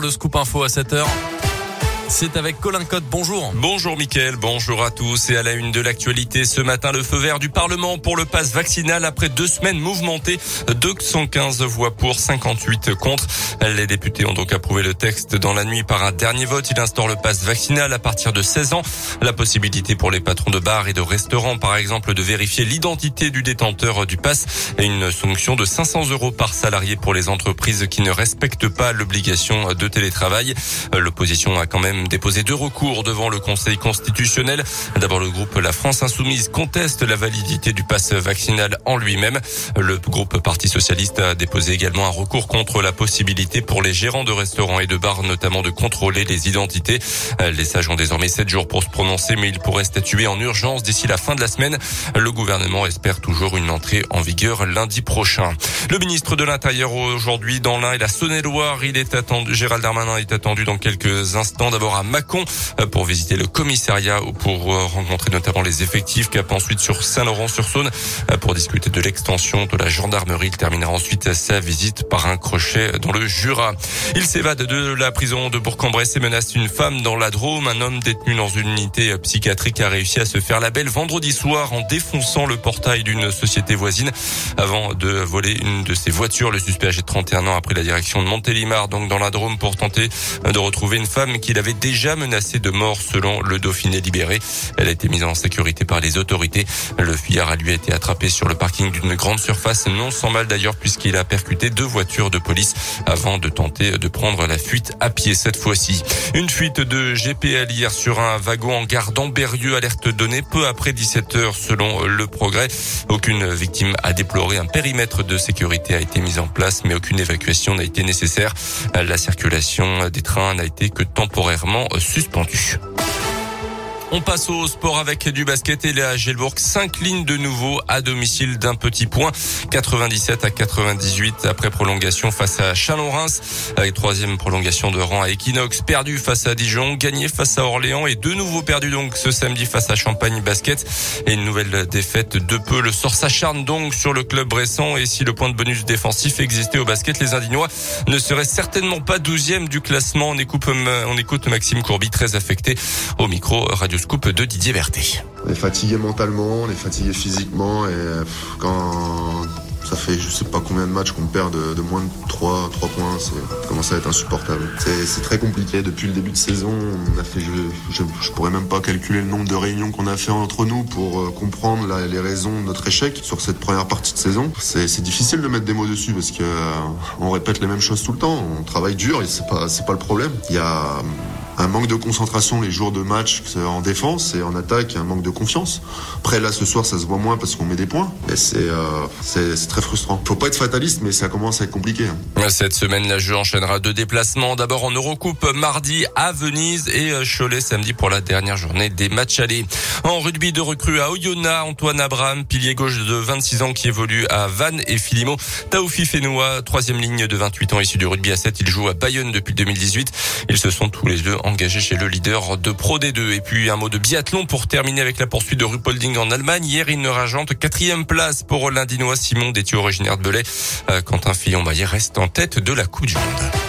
le Scoop Info à 7h. C'est avec Colin Cotte, bonjour. Bonjour Mickaël, bonjour à tous. Et à la une de l'actualité, ce matin, le feu vert du Parlement pour le pass vaccinal après 2 semaines mouvementées. 215 voix pour, 58 contre. Les députés ont donc approuvé le texte dans la nuit par un dernier vote. Il instaure le pass vaccinal à partir de 16 ans. La possibilité pour les patrons de bars et de restaurants, par exemple, de vérifier l'identité du détenteur du pass et une sanction de 500 € par salarié pour les entreprises qui ne respectent pas l'obligation de télétravail. L'opposition a quand même déposé 2 recours devant le Conseil constitutionnel. D'abord, le groupe La France Insoumise conteste la validité du pass vaccinal en lui-même. Le groupe Parti Socialiste a déposé également un recours contre la possibilité pour les gérants de restaurants et de bars notamment de contrôler les identités. Les sages ont désormais 7 jours pour se prononcer, mais ils pourraient statuer en urgence d'ici la fin de la semaine. Le gouvernement espère toujours une entrée en vigueur lundi prochain. Le ministre de l'Intérieur aujourd'hui dans l'Ain et la Saône-et-Loire, il est attendu, Gérald Darmanin est attendu dans quelques instants. D'abord à Mâcon pour visiter le commissariat ou pour rencontrer notamment les effectifs. Cap ensuite sur Saint-Laurent-sur-Saône pour discuter de l'extension de la gendarmerie. Il terminera ensuite sa visite par un crochet dans le Jura. Il s'évade de la prison de Bourg-en-Bresse et menace une femme dans la Drôme. Un homme détenu dans une unité psychiatrique a réussi à se faire la belle vendredi soir en défonçant le portail d'une société voisine avant de voler une de ses voitures. Le suspect âgé de 31 ans a pris la direction de Montélimar, donc dans la Drôme, pour tenter de retrouver une femme qu'il avait déjà menacée de mort selon le Dauphiné libéré. Elle a été mise en sécurité par les autorités. Le fuyard a lui été attrapé sur le parking d'une grande surface, non sans mal d'ailleurs puisqu'il a percuté 2 voitures de police avant de tenter de prendre la fuite à pied cette fois-ci. Une fuite de GPL hier sur un wagon en gare d'Ambérieu, alerte donnée peu après 17h selon Le Progrès. Aucune victime à déplorer. Un périmètre de sécurité a été mis en place mais aucune évacuation n'a été nécessaire. La circulation des trains n'a été que temporairement suspendu. On passe au sport avec du basket et la Gelbourg s'incline de nouveau à domicile d'un petit point, 97-98 après prolongation face à Chalon-Reims, avec 3e prolongation de rang à Equinox, perdu face à Dijon, gagné face à Orléans et de nouveau perdu donc ce samedi face à Champagne Basket et une nouvelle défaite de peu. Le sort s'acharne donc sur le club bressan et si le point de bonus défensif existait au basket, les Indignois ne seraient certainement pas 12e du classement. On écoute Maxime Courby, très affecté au micro Radio Scoop de Didier Berthet. On est fatigué mentalement, on est fatigué physiquement et quand ça fait je sais pas combien de matchs qu'on perd de moins de 3 points, ça commence à être insupportable. C'est très compliqué. Depuis le début de saison, on a fait, je pourrais même pas calculer le nombre de réunions qu'on a fait entre nous pour comprendre les raisons de notre échec sur cette première partie de saison. C'est difficile de mettre des mots dessus parce que on répète les mêmes choses tout le temps. On travaille dur et c'est pas le problème. Il y a un manque de concentration les jours de match en défense et en attaque, un manque de confiance. Après là ce soir ça se voit moins parce qu'on met des points, mais c'est très frustrant. Faut pas être fataliste mais ça commence à être compliqué. Cette semaine la Jeu enchaînera 2 déplacements, d'abord en Eurocoupe mardi à Venise et Cholet samedi pour la dernière journée des matchs allés. En rugby de recrue à Oyonnax, Antoine Abraham, pilier gauche de 26 ans qui évolue à Vannes et Filimo Taoufi Fenoua, 3e ligne de 28 ans issu du rugby à 7, il joue à Bayonne depuis 2018. Ils se sont tous les 2 engagé chez le leader de Pro D2. Et puis un mot de biathlon pour terminer avec la poursuite de Ruhpolding en Allemagne. Hier, il ne ragente 4e place pour l'Indinois Simon Détieux, originaire de Belay. Quentin Fillon-Maillet reste en tête de la Coupe du Monde.